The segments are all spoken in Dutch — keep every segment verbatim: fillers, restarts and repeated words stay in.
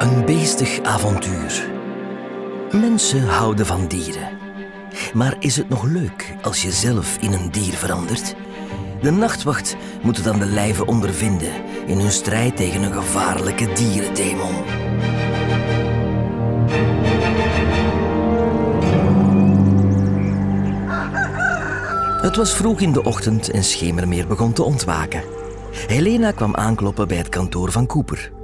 Een beestig avontuur. Mensen houden van dieren. Maar is het nog leuk als je zelf in een dier verandert? De nachtwacht moet het aan de lijve ondervinden in hun strijd tegen een gevaarlijke dierendemon. Het was vroeg in de ochtend en Schemermeer begon te ontwaken. Helena kwam aankloppen bij het kantoor van Cooper.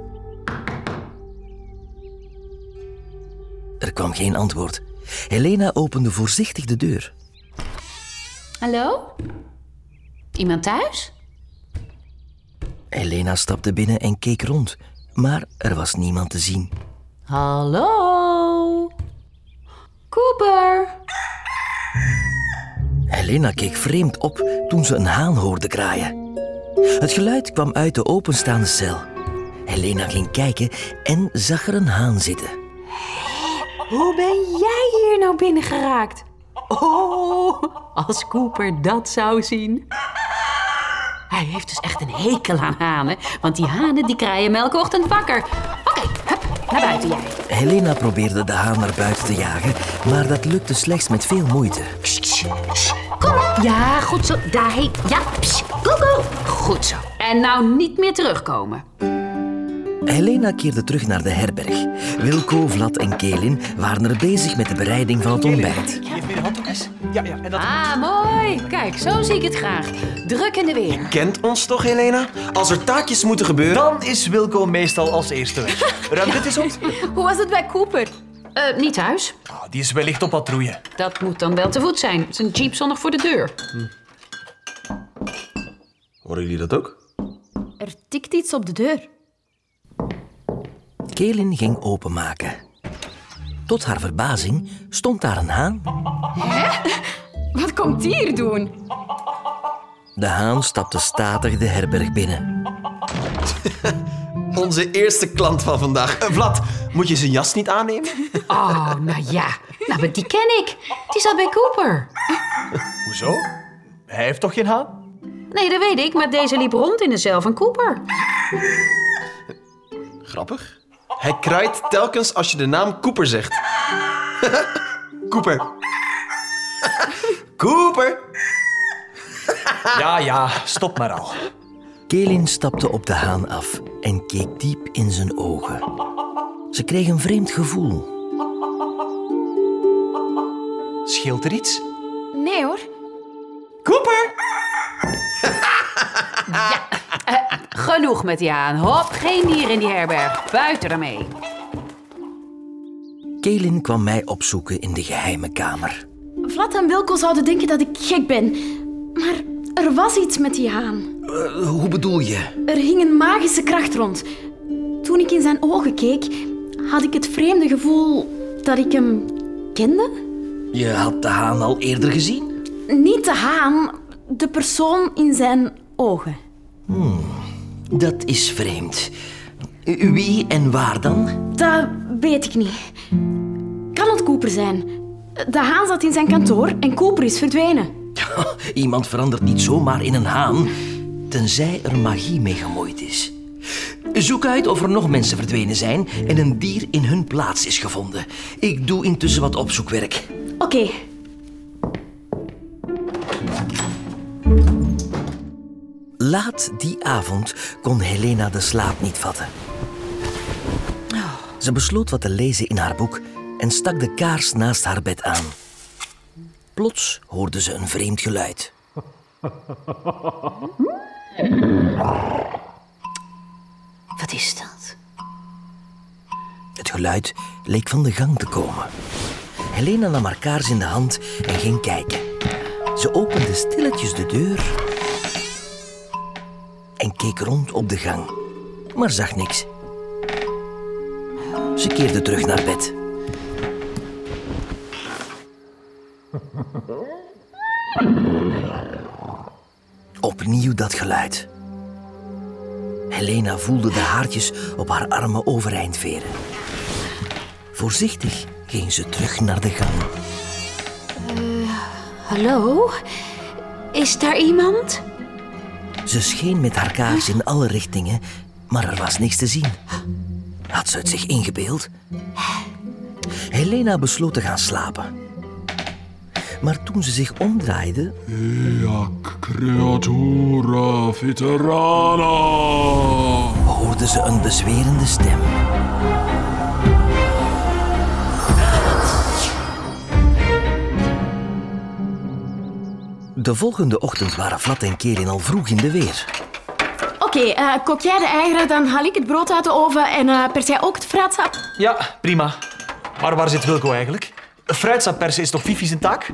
Er kwam geen antwoord. Helena opende voorzichtig de deur. Hallo? Iemand thuis? Helena stapte binnen en keek rond, maar er was niemand te zien. Hallo? Cooper? Helena keek vreemd op toen ze een haan hoorde kraaien. Het geluid kwam uit de openstaande cel. Helena ging kijken en zag er een haan zitten. Hoe ben jij hier nou binnen geraakt? Oh, als Cooper dat zou zien. Hij heeft dus echt een hekel aan hanen, want die hanen die kraaien me elke ochtend wakker. Oké, hup, naar buiten jij. Helena probeerde de haan naar buiten te jagen, maar dat lukte slechts met veel moeite. Kom op. Ja, goed zo. Daarheen. Ja, psst. Go, go. Goed zo. En nou niet meer terugkomen. Helena keerde terug naar de herberg. Wilco, Vlad en Kelin waren er bezig met de bereiding van het ontbijt. Geef me de handdoekjes. Ja, ja. En dat... Ah, mooi. Kijk, zo zie ik het graag. Druk in de weer. Kent ons toch, Helena? Als er taakjes moeten gebeuren... Dan is Wilco meestal als eerste weg. Ruim dit eens op. Hoe was het bij Cooper? Uh, niet thuis. Oh, die is wellicht op patrouille. Dat moet dan wel te voet zijn. Zijn jeep stond nog voor de deur. Hm. Horen jullie dat ook? Er tikt iets op de deur. Kelin ging openmaken. Tot haar verbazing stond daar een haan. Hè? Wat komt die hier doen? De haan stapte statig de herberg binnen. Onze eerste klant van vandaag. Uh, Vlad, moet je zijn jas niet aannemen? Oh, nou ja. Nou, maar die ken ik. Die zat bij Cooper. Hoezo? Hij heeft toch geen haan? Nee, dat weet ik, maar deze liep rond in de cel van Cooper. Grappig. Hij kraait telkens als je de naam Cooper zegt. Cooper. Cooper. Ja, ja, stop maar al. Kelin stapte op de haan af en keek diep in zijn ogen. Ze kreeg een vreemd gevoel. Scheelt er iets? Nee hoor. Cooper! Ja, uh, genoeg met die haan. Hop, geen dier in die herberg. Buiten ermee. Kelin kwam mij opzoeken in de geheime kamer. Vlad en Wilco zouden denken dat ik gek ben. Maar er was iets met die haan. Uh, hoe bedoel je? Er hing een magische kracht rond. Toen ik in zijn ogen keek, had ik het vreemde gevoel dat ik hem kende. Je had de haan al eerder gezien? Niet de haan, de persoon in zijn ogen. Hmm, dat is vreemd. Wie en waar dan? Dat weet ik niet. Kan het Cooper zijn? De haan zat in zijn kantoor en Cooper is verdwenen. Iemand verandert niet zomaar in een haan, tenzij er magie mee gemoeid is. Zoek uit of er nog mensen verdwenen zijn en een dier in hun plaats is gevonden. Ik doe intussen wat opzoekwerk. Oké. Okay. Laat die avond kon Helena de slaap niet vatten. Ze besloot wat te lezen in haar boek en stak de kaars naast haar bed aan. Plots hoorde ze een vreemd geluid. Wat is dat? Het geluid leek van de gang te komen. Helena nam haar kaars in de hand en ging kijken. Ze opende stilletjes de deur en keek rond op de gang, maar zag niks. Ze keerde terug naar bed. Opnieuw dat geluid. Helena voelde de haartjes op haar armen overeind veren. Voorzichtig ging ze terug naar de gang. Uh, hallo? Is daar iemand? Ze scheen met haar kaars in alle richtingen, maar er was niks te zien. Had ze het zich ingebeeld? Helena besloot te gaan slapen. Maar toen ze zich omdraaide... Eac creatura veterana. hoorde ze een bezwerende stem. De volgende ochtend waren Vlad en Kelin al vroeg in de weer. Oké, okay, uh, kook jij de eieren, dan haal ik het brood uit de oven en uh, pers jij ook het fruitsap? Ja, prima. Maar waar zit Wilco eigenlijk? Fruitsap persen is toch Fifi zijn taak?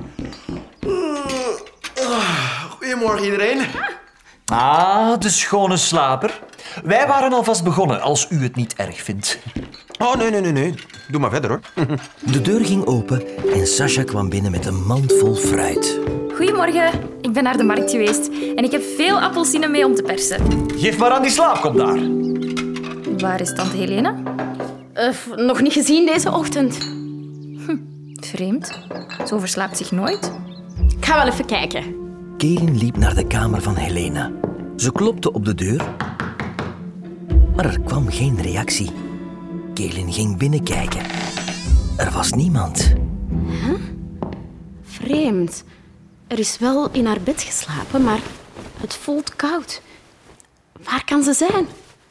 Goedemorgen iedereen. Ah, de schone slaper. Wij waren alvast begonnen, als u het niet erg vindt. Oh, nee, nee, nee, nee. Doe maar verder, hoor. De deur ging open en Sasha kwam binnen met een mand vol fruit. Goedemorgen, ik ben naar de markt geweest en ik heb veel appelsinen mee om te persen. Geef maar aan die slaapkop daar. Waar is tante Helena? Uh, nog niet gezien deze ochtend. Hm, vreemd. Zo verslaapt zich nooit. Ik ga wel even kijken. Kelin liep naar de kamer van Helena. Ze klopte op de deur, maar er kwam geen reactie. Kelin ging binnenkijken. Er was niemand. Huh? Vreemd. Er is wel in haar bed geslapen, maar het voelt koud. Waar kan ze zijn?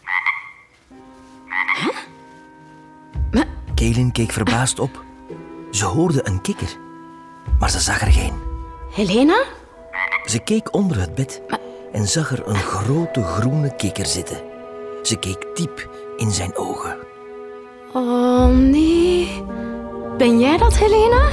Huh? Maar... Kelin keek verbaasd op. Ze hoorde een kikker, maar ze zag er geen. Helena? Ze keek onder het bed en zag er een grote groene kikker zitten. Ze keek diep in zijn ogen. Oh nee. Ben jij dat, Helena?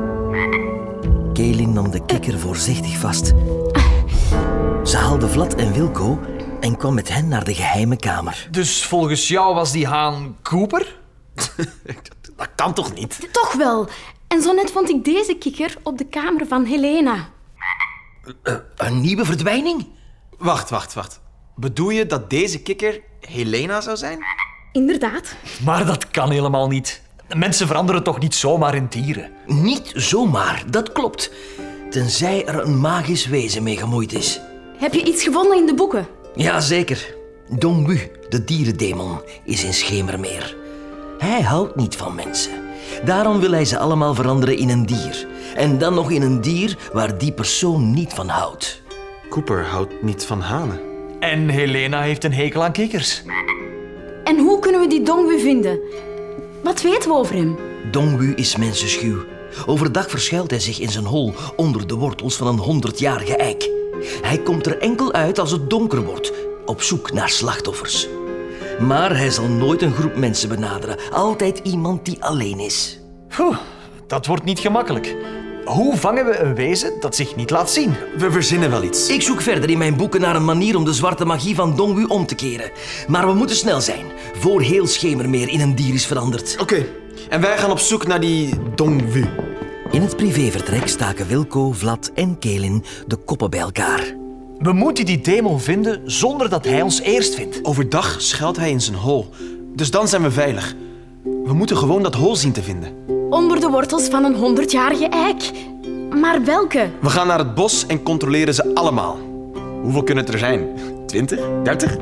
Kelin nam de kikker voorzichtig vast. Ze haalde Vlad en Wilco en kwam met hen naar de geheime kamer. Dus volgens jou was die haan Cooper? Dat kan toch niet? Toch wel. En zo net vond ik deze kikker op de kamer van Helena. Uh, een nieuwe verdwijning? Wacht, wacht, wacht. Bedoel je dat deze kikker Helena zou zijn? Inderdaad. Maar dat kan helemaal niet. Mensen veranderen toch niet zomaar in dieren? Niet zomaar, dat klopt. Tenzij er een magisch wezen mee gemoeid is. Heb je iets gevonden in de boeken? Jazeker. Dongwu, de dierendemon, is in Schemermeer. Hij houdt niet van mensen. Daarom wil hij ze allemaal veranderen in een dier. En dan nog in een dier waar die persoon niet van houdt. Cooper houdt niet van hanen. En Helena heeft een hekel aan kikkers. En hoe kunnen we die Dongwu vinden? Wat weten we over hem? Dongwu is mensenschuw. Overdag verschuilt hij zich in zijn hol onder de wortels van een honderdjarige eik. Hij komt er enkel uit als het donker wordt, op zoek naar slachtoffers. Maar hij zal nooit een groep mensen benaderen. Altijd iemand die alleen is. Oeh, dat wordt niet gemakkelijk. Hoe vangen we een wezen dat zich niet laat zien? We verzinnen wel iets. Ik zoek verder in mijn boeken naar een manier om de zwarte magie van Dongwu om te keren. Maar we moeten snel zijn, voor heel Schemermeer in een dier is veranderd. Oké, okay. En wij gaan op zoek naar die Dongwu. In het privévertrek staken Wilco, Vlad en Kelin de koppen bij elkaar. We moeten die demon vinden zonder dat hij ons eerst vindt. Overdag schuilt hij in zijn hol. Dus dan zijn we veilig. We moeten gewoon dat hol zien te vinden. Onder de wortels van een honderdjarige eik. Maar welke? We gaan naar het bos en controleren ze allemaal. Hoeveel kunnen het er zijn? Twintig? Dertig?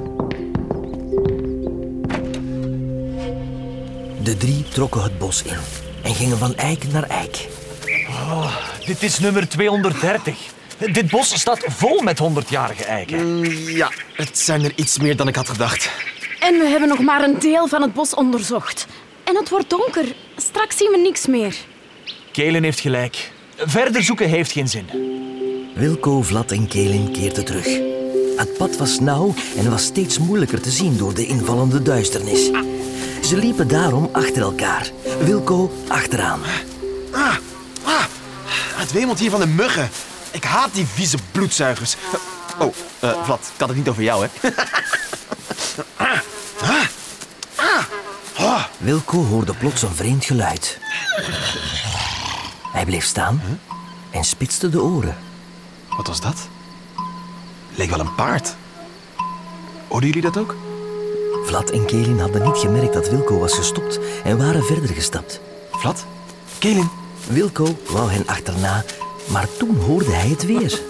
De drie trokken het bos in en gingen van eik naar eik. Oh, dit is nummer tweehonderddertig. Dit bos staat vol met honderdjarige eiken. Mm, ja, het zijn er iets meer dan ik had gedacht. En we hebben nog maar een deel van het bos onderzocht. En het wordt donker. Straks zien we niks meer. Kelin heeft gelijk. Verder zoeken heeft geen zin. Wilco, Vlad en Kelin keerden terug. Het pad was nauw en was steeds moeilijker te zien door de invallende duisternis. Ze liepen daarom achter elkaar. Wilco achteraan. Ah, ah, het wemelt hier van de muggen. Ik haat die vieze bloedzuigers. Oh, uh, Vlad, ik had het niet over jou, hè? ah, ah, ah, oh. Wilco hoorde plots een vreemd geluid. Hij bleef staan en spitste de oren. Wat was dat? Leek wel een paard. Hoorden jullie dat ook? Vlad en Kelin hadden niet gemerkt dat Wilco was gestopt en waren verder gestapt. Vlad? Kelin? Wilco wou hen achterna, maar toen hoorde hij het weer.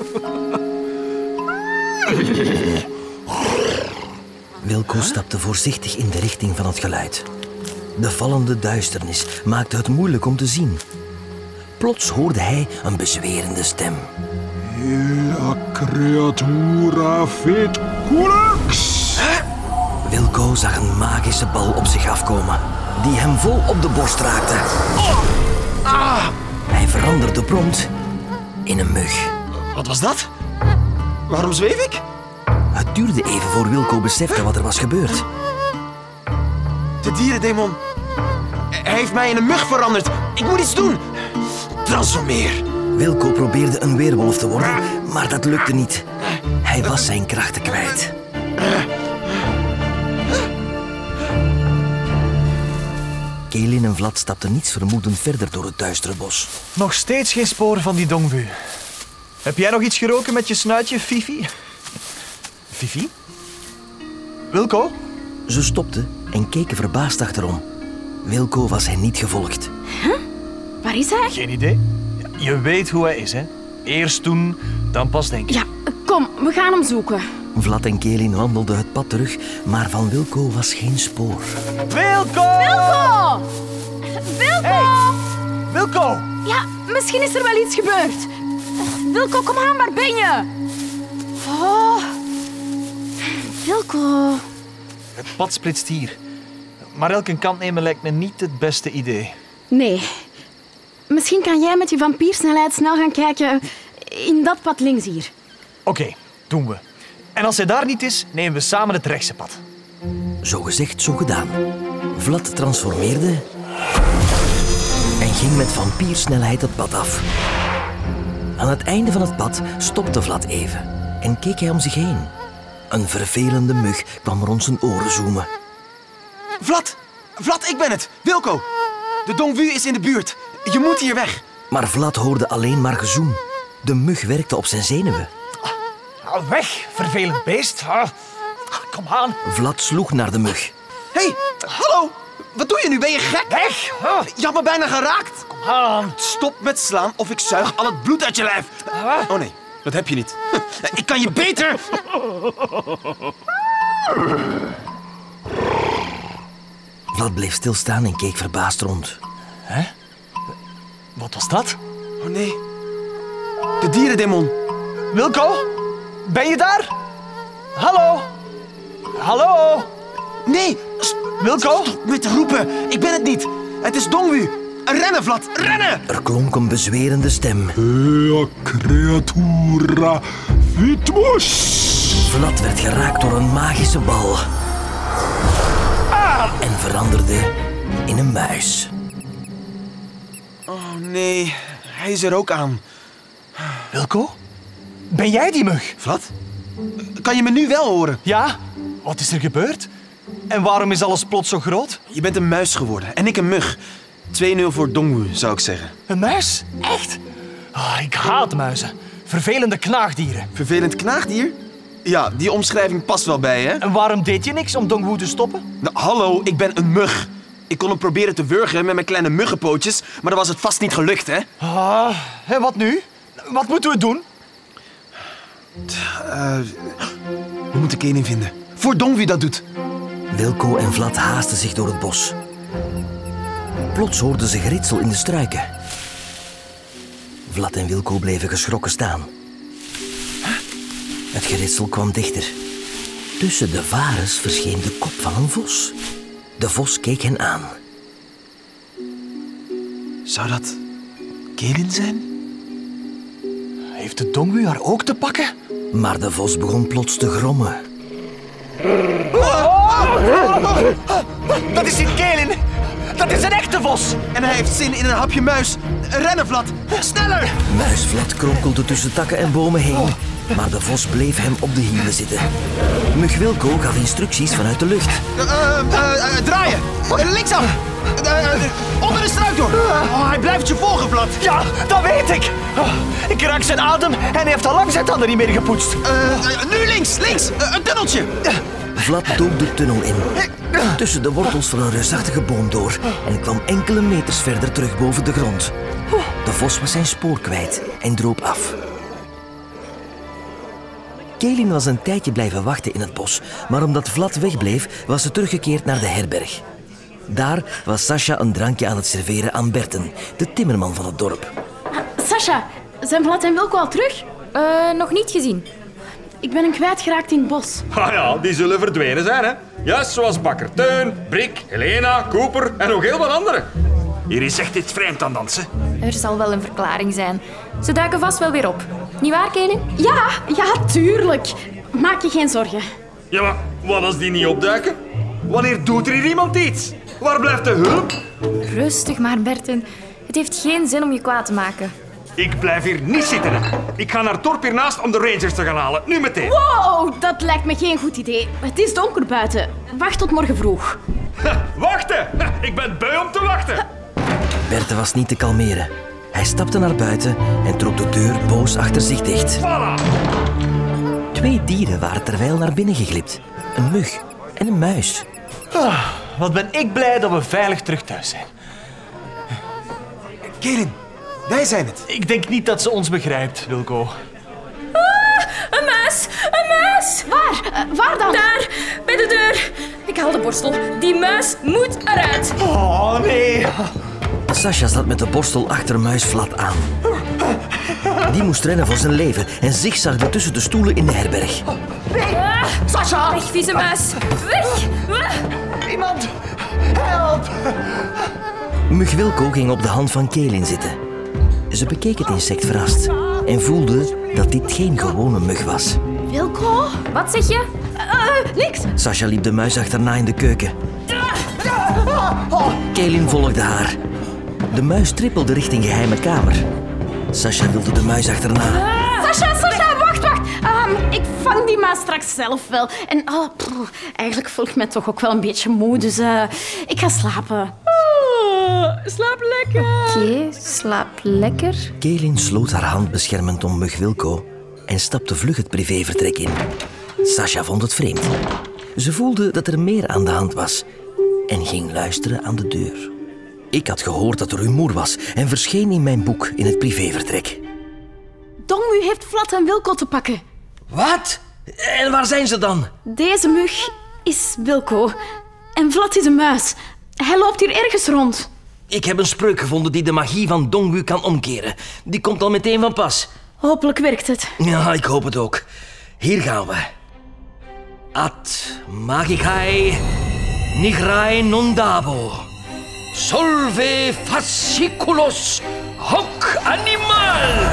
Wilco stapte voorzichtig in de richting van het geluid. De vallende duisternis maakte het moeilijk om te zien. Plots hoorde hij een bezwerende stem. Ea creatura fit culax. Wilco zag een magische bal op zich afkomen, die hem vol op de borst raakte. Hij veranderde prompt in een mug. Wat was dat? Waarom zweef ik? Het duurde even voor Wilco besefte wat er was gebeurd. De dierendemon. Hij heeft mij in een mug veranderd. Ik moet iets doen. Transformeer. Wilco probeerde een weerwolf te worden, maar dat lukte niet. Hij was zijn krachten kwijt. Kaelin en Vlad stapten niets vermoedend verder door het duistere bos. Nog steeds geen sporen van die Dongvu. Heb jij nog iets geroken met je snuitje, Fifi? Fifi? Wilco? Ze stopten en keken verbaasd achterom. Wilco was hen niet gevolgd. Waar is hij? Geen idee. Je weet hoe hij is, hè? Eerst doen, dan pas denken. Ja, kom, we gaan hem zoeken. Vlad en Kaelin wandelden het pad terug, maar van Wilco was geen spoor. Wilco! Wilco! Wilco! Hey! Wilco! Ja, misschien is er wel iets gebeurd. Wilco, kom aan, waar ben je? Oh. Wilco. Het pad splitst hier. Maar elke kant nemen lijkt me niet het beste idee. Nee. Misschien kan jij met je vampiersnelheid snel gaan kijken in dat pad links hier. Oké, okay, doen we. En als hij daar niet is, nemen we samen het rechtse pad. Zo gezegd, zo gedaan. Vlad transformeerde en ging met vampiersnelheid het pad af. Aan het einde van het pad stopte Vlad even en keek hij om zich heen. Een vervelende mug kwam rond zijn oren zoomen. Vlad! Vlad, ik ben het! Wilco! De Dongvu is in de buurt. Je moet hier weg. Maar Vlad hoorde alleen maar gezoem. De mug werkte op zijn zenuwen. Ah, weg, vervelend beest. Ah, kom aan. Vlad sloeg naar de mug. Hé, hey, hallo! Wat doe je nu? Ben je gek? Weg! Ah, Je had me bijna geraakt. kom aan. Stop met slaan of ik zuig al het bloed uit je lijf. Oh nee, dat heb je niet. Ik kan je beter... Vlad bleef stilstaan en keek verbaasd rond. Hè? Wat was dat? Oh nee. De dierendemon. Wilco? Ben je daar? Hallo? Hallo? Nee, st- Wilco? stop met roepen. Ik ben het niet. Het is Dongvu. Rennen, Vlad, rennen! Er klonk een bezwerende stem. Ea creatura vitmus. Vlad werd geraakt door een magische bal. En veranderde in een muis. Oh nee, hij is er ook aan. Wilco? Ben jij die mug? Vlad? Kan je me nu wel horen? Ja? Wat is er gebeurd? En waarom is alles plots zo groot? Je bent een muis geworden en ik een mug. twee nul voor Dongvu, zou ik zeggen. Een muis? Echt? Ah, ik haat muizen. Vervelende knaagdieren. Vervelend knaagdier? Ja, die omschrijving past wel bij, hè? En waarom deed je niks om Dongvu te stoppen? Nou, hallo, ik ben een mug. Ik kon hem proberen te wurgen met mijn kleine muggenpootjes, maar dan was het vast niet gelukt, hè? Ah, en wat nu? Wat moeten we doen? Uh, we moeten Kaelin vinden. Voor Dongvu dat doet. Wilco en Vlad haasten zich door het bos. Plots hoorden ze geritsel in de struiken. Vlad en Wilco bleven geschrokken staan. Het geritsel kwam dichter. Tussen de varens verscheen de kop van een vos. De vos keek hen aan. Zou dat Kaelin zijn? Heeft de Dongvu haar ook te pakken? Maar de vos begon plots te grommen. Dat is niet Kaelin. Dat is een echte vos. En hij heeft zin in een hapje muis. Rennen, Vlad. Sneller! Muis Vlad kronkelde tussen takken en bomen heen. Maar de vos bleef hem op de hielen zitten. Mug Wilco gaf instructies vanuit de lucht. Uh, uh, uh, uh, draaien. Uh, linksaf. Uh, uh, onder de struik door. Oh, hij blijft je volgen, Vlad. Ja, dat weet ik. Oh, ik raak zijn adem en hij heeft al lang zijn tanden niet meer gepoetst. Uh, uh, nu links, links. Uh, een tunneltje. Vlad dook de tunnel in. Tussen de wortels van een reusachtige boom door. En kwam enkele meters verder terug boven de grond. De vos was zijn spoor kwijt en droop af. Kaelin was een tijdje blijven wachten in het bos. Maar omdat Vlad wegbleef, was ze teruggekeerd naar de herberg. Daar was Sascha een drankje aan het serveren aan Berten, de timmerman van het dorp. Sascha, zijn Vlad en Wilco al terug? Uh, nog niet gezien. Ik ben hem kwijtgeraakt in het bos. Ah ja, die zullen verdwenen zijn, hè. Juist zoals bakker Teun, Brik, Helena, Cooper en nog heel wat anderen. Hier is echt iets vreemd aan dansen. Er zal wel een verklaring zijn. Ze duiken vast wel weer op. Niet waar, Kelin? Ja, ja, tuurlijk. Maak je geen zorgen. Ja, maar wat als die niet opduiken? Wanneer doet er hier iemand iets? Waar blijft de hulp? Rustig maar, Berten. Het heeft geen zin om je kwaad te maken. Ik blijf hier niet zitten. Hè. Ik ga naar het dorp hiernaast om de Rangers te gaan halen. Nu meteen. Wow, dat lijkt me geen goed idee. Het is donker buiten. Wacht tot morgen vroeg. Ha, wachten! Ha, ik ben beu om te wachten. Berten was niet te kalmeren. Hij stapte naar buiten en trok de deur boos achter zich dicht. Voilà! Twee dieren waren terwijl naar binnen geglipt. Een mug en een muis. Ah, wat ben ik blij dat we veilig terug thuis zijn. Kelin, wij zijn het. Ik denk niet dat ze ons begrijpt, Wilco. Ah, een muis! Een muis! Waar? Uh, waar dan? Daar, bij de deur. Ik haal de borstel. Die muis moet eruit. Oh, nee. Sascha zat met de borstel achter muis Vlad aan. Die moest rennen voor zijn leven en zigzagde tussen de stoelen in de herberg. Ah, Sascha! weg, vieze muis. Weg! Iemand, help! Mug Wilco ging op de hand van Kelin zitten. Ze bekeek het insect verrast en voelde dat dit geen gewone mug was. Wilco? Wat zeg je? Uh, niks. Sascha liep de muis achterna in de keuken. Kelin volgde haar. De muis trippelde richting geheime kamer. Sascha wilde de muis achterna. Sascha, Sascha, wacht, wacht. Um, ik vang die muis straks zelf wel. En oh, pff, eigenlijk voel ik me toch ook wel een beetje moe, dus uh, ik ga slapen. Oh, slaap lekker. Oké, okay, slaap lekker. Kelin sloot haar hand beschermend om Mug Wilco en stapte vlug het privévertrek in. Sascha vond het vreemd. Ze voelde dat er meer aan de hand was en ging luisteren aan de deur. Ik had gehoord dat er rumoer was en verscheen in mijn boek in het privévertrek. Dongwu heeft Vlad en Wilco te pakken. Wat? En waar zijn ze dan? Deze mug is Wilco en Vlad is een muis. Hij loopt hier ergens rond. Ik heb een spreuk gevonden die de magie van Dongwu kan omkeren. Die komt al meteen van pas. Hopelijk werkt het. Ja, ik hoop het ook. Hier gaan we. Ad magicae nigrae non dabo. Solve fasciculos hoc animal.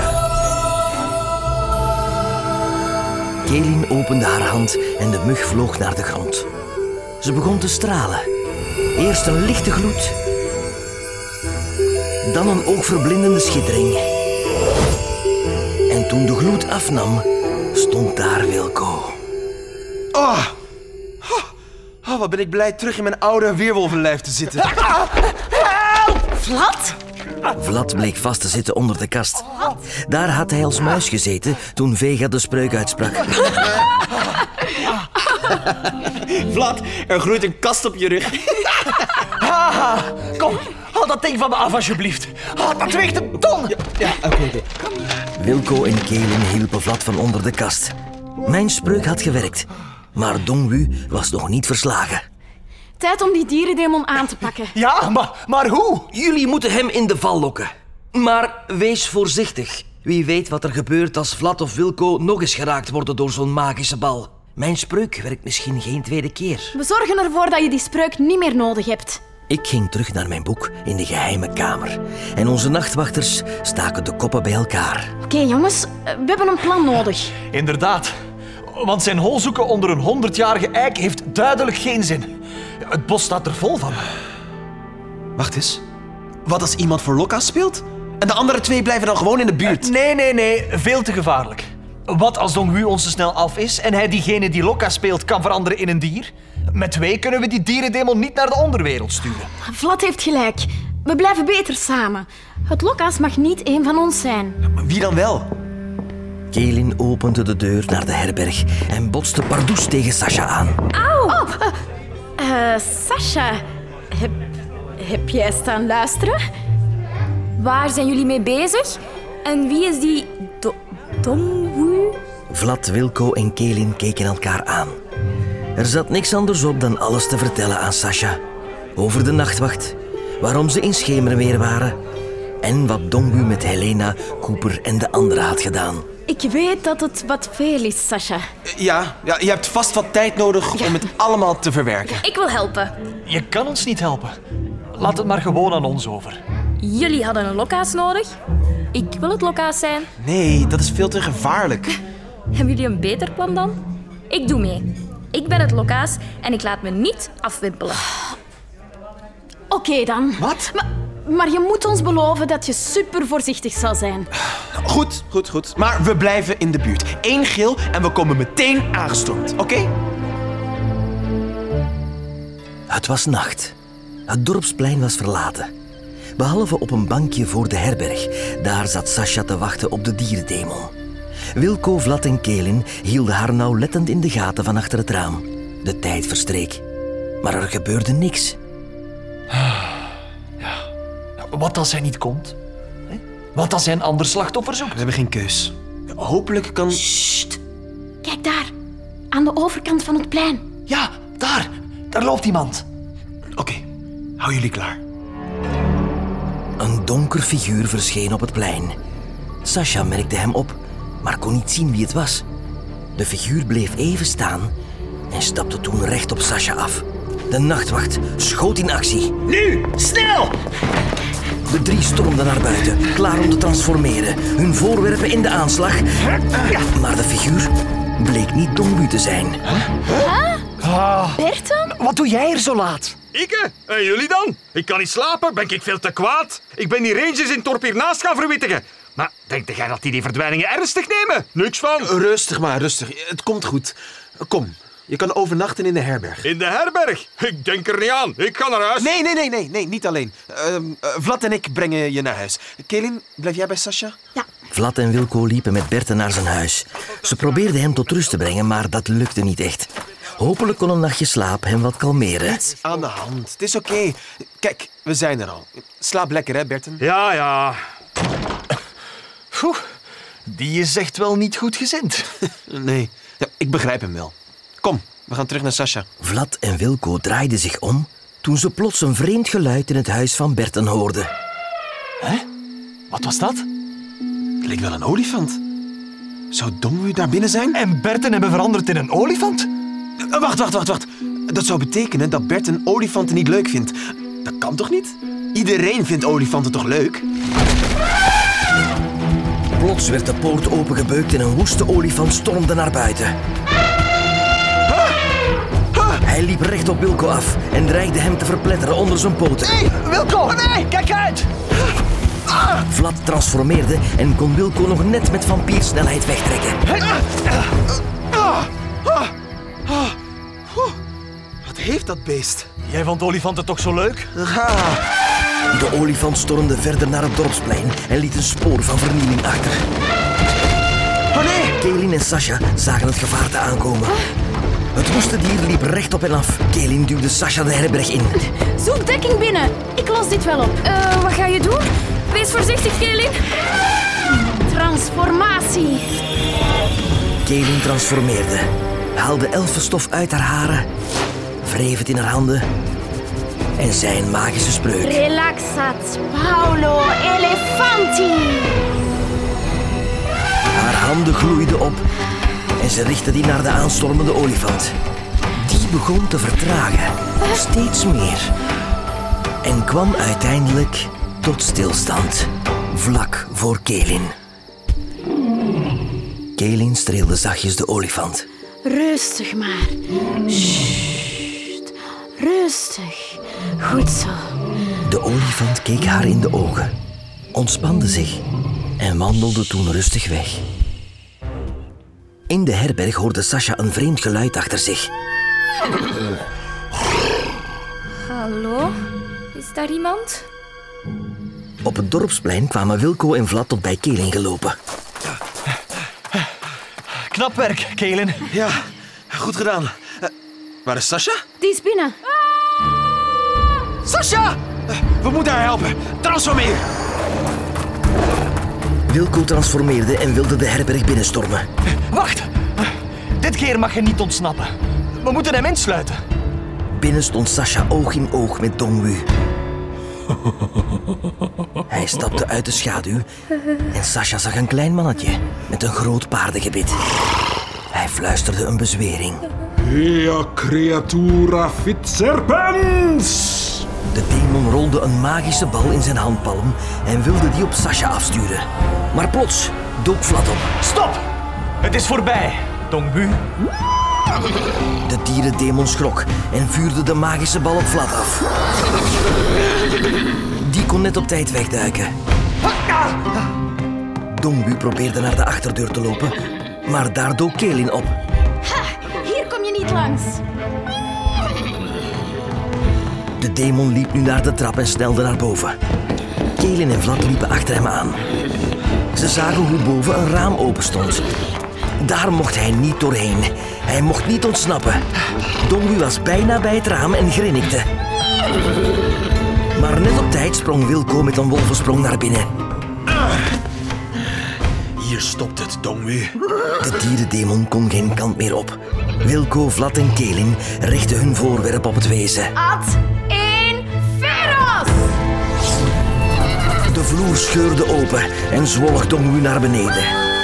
Kelin opende haar hand en de mug vloog naar de grond. Ze begon te stralen. Eerst een lichte gloed, dan een oogverblindende schittering. En toen de gloed afnam, stond daar Wilco. Oh. Oh, wat ben ik blij terug in mijn oude weerwolvenlijf te zitten. Vlad? Vlad bleek vast te zitten onder de kast. Daar had hij als muis gezeten toen Vega de spreuk uitsprak. Vlad, er groeit een kast op je rug. Haha, kom, haal dat ding van me af alsjeblieft. Oh, dat weegt een ton. Ja, ja oké, okay, oké. Okay. Wilco en Kelin hielpen Vlad van onder de kast. Mijn spreuk had gewerkt, maar Dongwu was nog niet verslagen. Tijd om die dierendemon aan te pakken. Ja, maar, maar hoe? Jullie moeten hem in de val lokken. Maar wees voorzichtig. Wie weet wat er gebeurt als Vlad of Wilco nog eens geraakt worden door zo'n magische bal. Mijn spreuk werkt misschien geen tweede keer. We zorgen ervoor dat je die spreuk niet meer nodig hebt. Ik ging terug naar mijn boek in de geheime kamer. En onze nachtwachters staken de koppen bij elkaar. Oké, okay, jongens, we hebben een plan nodig. Inderdaad. Want zijn hol zoeken onder een honderdjarige eik heeft duidelijk geen zin. Het bos staat er vol van. Wacht eens. Wat als iemand voor Lokka speelt? En de andere twee blijven dan gewoon in de buurt? Nee, nee, nee. Veel te gevaarlijk. Wat als Dongwu ons te snel af is en hij diegene die Lokka speelt kan veranderen in een dier? Met twee kunnen we die dierendemon niet naar de onderwereld sturen. Vlad heeft gelijk. We blijven beter samen. Het Lokka's mag niet één van ons zijn. Maar wie dan wel? Kelin opende de deur naar de herberg en botste pardoes tegen Sascha aan. Auw! Oh, uh, uh, Sascha, heb, heb jij staan luisteren? Waar zijn jullie mee bezig? En wie is die Do- Dongwu? Vlad, Wilco en Kelin keken elkaar aan. Er zat niks anders op dan alles te vertellen aan Sascha. over de nachtwacht, waarom ze in Schemermeer waren en wat Dongu met Helena, Cooper en de anderen had gedaan. Ik weet dat het wat veel is, Sasha. Ja, ja, je hebt vast wat tijd nodig om het allemaal te verwerken. Ik wil helpen. Je kan ons niet helpen. Laat het maar gewoon aan ons over. Jullie hadden een lokaas nodig. Ik wil het lokaas zijn. Nee, dat is veel te gevaarlijk. Hebben jullie een beter plan dan? Ik doe mee. Ik ben het lokaas en ik laat me niet afwimpelen. Oké okay, dan. Wat? Maar, maar je moet ons beloven dat je super voorzichtig zal zijn. Goed, goed, goed. Maar we blijven in de buurt. Eén gil en we komen meteen aangestormd, oké? Okay? Het was nacht. Het dorpsplein was verlaten. Behalve op een bankje voor de herberg. Daar zat Sasha te wachten op de dierendemon. Wilco, Vlad en Kelin hielden haar nauwlettend in de gaten van achter het raam. De tijd verstreek. Maar er gebeurde niks. Ja. Wat als hij niet komt? Wat als hij een ander slachtoffer zoekt? We hebben geen keus. Hopelijk kan... Sst. Kijk daar. Aan de overkant van het plein. Ja, daar. Daar loopt iemand. Oké, okay. Hou jullie klaar. Een donker figuur verscheen op het plein. Sasha merkte hem op, maar kon niet zien wie het was. De figuur bleef even staan en stapte toen recht op Sasha af. De nachtwacht schoot in actie. Nu, snel! De drie stormden naar buiten, klaar om te transformeren. Hun voorwerpen in de aanslag. Maar de figuur bleek niet Dongu te zijn. Huh? Ah. Berten? Wat doe jij hier zo laat? Ik? En jullie dan? Ik kan niet slapen, ben ik veel te kwaad. Ik ben die rangers in het dorp hiernaast gaan verwittigen. Maar denk jij dat die die verdwijningen ernstig nemen? Niks van. Rustig maar, rustig. Het komt goed. Kom, je kan overnachten in de herberg. In de herberg? Ik denk er niet aan. Ik ga naar huis. Nee, nee, nee, nee, nee niet alleen. Uh, uh, Vlad en ik brengen je naar huis. Kelin, blijf jij bij Sasha? Ja. Vlad en Wilco liepen met Berten naar zijn huis. Ze probeerden hem tot rust te brengen, maar dat lukte niet echt. Hopelijk kon een nachtje slaap hem wat kalmeren. Niets aan de hand. Het is oké. Okay. Kijk, we zijn er al. Slaap lekker, hè, Berten? Ja, ja. Oeh, die is echt wel niet goed gezind. Nee, ja, ik begrijp hem wel. Kom, we gaan terug naar Sasha. Vlad en Wilco draaiden zich om toen ze plots een vreemd geluid in het huis van Berten hoorden. Hè? Wat was dat? Het leek wel een olifant. Zou Dongu daar binnen zijn? En Berten hebben veranderd in een olifant? Uh, wacht, wacht, wacht, wacht. Dat zou betekenen dat Berten olifanten niet leuk vindt. Dat kan toch niet? Iedereen vindt olifanten toch leuk? Plots werd de poort opengebeukt en een woeste olifant stormde naar buiten. Huh? Huh? Hij liep recht op Wilco af en dreigde hem te verpletteren onder zijn poten. Hé, hey, Wilco, nee, kijk uit! Ah! Vlad transformeerde en kon Wilco nog net met vampiersnelheid wegtrekken. Wat heeft dat beest? Jij vond olifanten toch zo leuk? Ah. De olifant stormde verder naar het dorpsplein en liet een spoor van vernieling achter. Oh nee! Kelin en Sasha zagen het gevaarte aankomen. Het woeste dier liep recht op hen af. Kelin duwde Sasha de herberg in. Zoek dekking binnen. Ik los dit wel op. Uh, wat ga je doen? Wees voorzichtig, Kelin. Transformatie. Kelin transformeerde, haalde elfenstof uit haar haren, wreef het in haar handen en zei een magische spreuk. Relaxat Paulo Elefanti. Haar handen gloeiden op en ze richtte die naar de aanstormende olifant. Die begon te vertragen, steeds meer. En kwam uiteindelijk tot stilstand, vlak voor Kelin. Kelin streelde zachtjes de olifant. Rustig maar. Sst. Rustig. Goed zo. De olifant keek haar in de ogen, ontspande zich en wandelde toen rustig weg. In de herberg hoorde Sasha een vreemd geluid achter zich. Hallo? Is daar iemand? Op het dorpsplein kwamen Wilco en Vlad tot bij Kelin gelopen. Knap werk, Kelin. Ja, goed gedaan. Uh, waar is Sasha? Die is binnen. Sasha! Uh, we moeten haar helpen. Transformeer! Wilco transformeerde en wilde de herberg binnenstormen. Wacht! Dit keer mag je niet ontsnappen. We moeten hem insluiten. Daarbinnen stond Sascha oog in oog met Dongwu. Hij stapte uit de schaduw en Sascha zag een klein mannetje met een groot paardengebit. Hij fluisterde een bezwering. Ea creatura fit serpens! De demon rolde een magische bal in zijn handpalm en wilde die op Sascha afsturen. Maar plots dook Vlad op. Stop! Het is voorbij, Dongwu. De dierendemon schrok en vuurde de magische bal op Vlad af. Die kon net op tijd wegduiken. Dongwu probeerde naar de achterdeur te lopen, maar daar dook Kelin op. Ha, hier kom je niet langs. De demon liep nu naar de trap en snelde naar boven. Kelin en Vlad liepen achter hem aan. Ze zagen hoe boven een raam open stond. Daar mocht hij niet doorheen. Hij mocht niet ontsnappen. Dongwu was bijna bij het raam en grinnikte. Maar net op tijd sprong Wilco met een wolvensprong naar binnen. Hier stopt het, Dongwu. De dierendemon kon geen kant meer op. Wilco, Vlad en Kelin richtten hun voorwerp op het wezen. Ad in Feros! De vloer scheurde open en zwolg Dongwu naar beneden.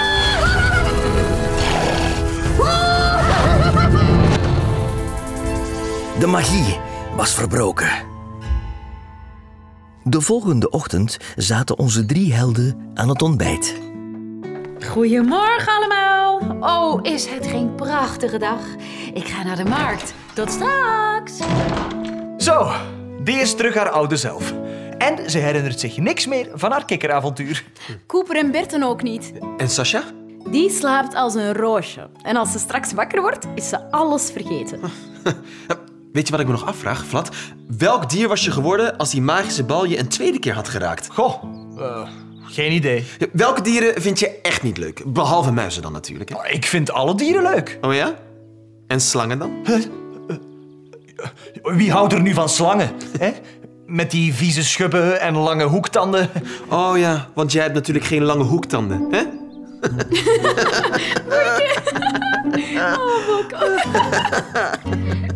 De magie was verbroken. De volgende ochtend zaten onze drie helden aan het ontbijt. Goedemorgen allemaal. Oh, is het geen prachtige dag? Ik ga naar de markt. Tot straks. Zo, die is terug haar oude zelf. En ze herinnert zich niks meer van haar kikkeravontuur. Cooper en Berten ook niet. En Sascha? Die slaapt als een roosje. En als ze straks wakker wordt, is ze alles vergeten. Weet je wat ik me nog afvraag, Vlad? Welk dier was je geworden als die magische bal je een tweede keer had geraakt? Goh, uh, geen idee. Ja, welke dieren vind je echt niet leuk? Behalve muizen dan natuurlijk, hè? Ik vind alle dieren leuk. Oh ja? En slangen dan? Wie houdt er nu van slangen? Hè? Met die vieze schubben en lange hoektanden. Oh ja, want jij hebt natuurlijk geen lange hoektanden, hè? Oh,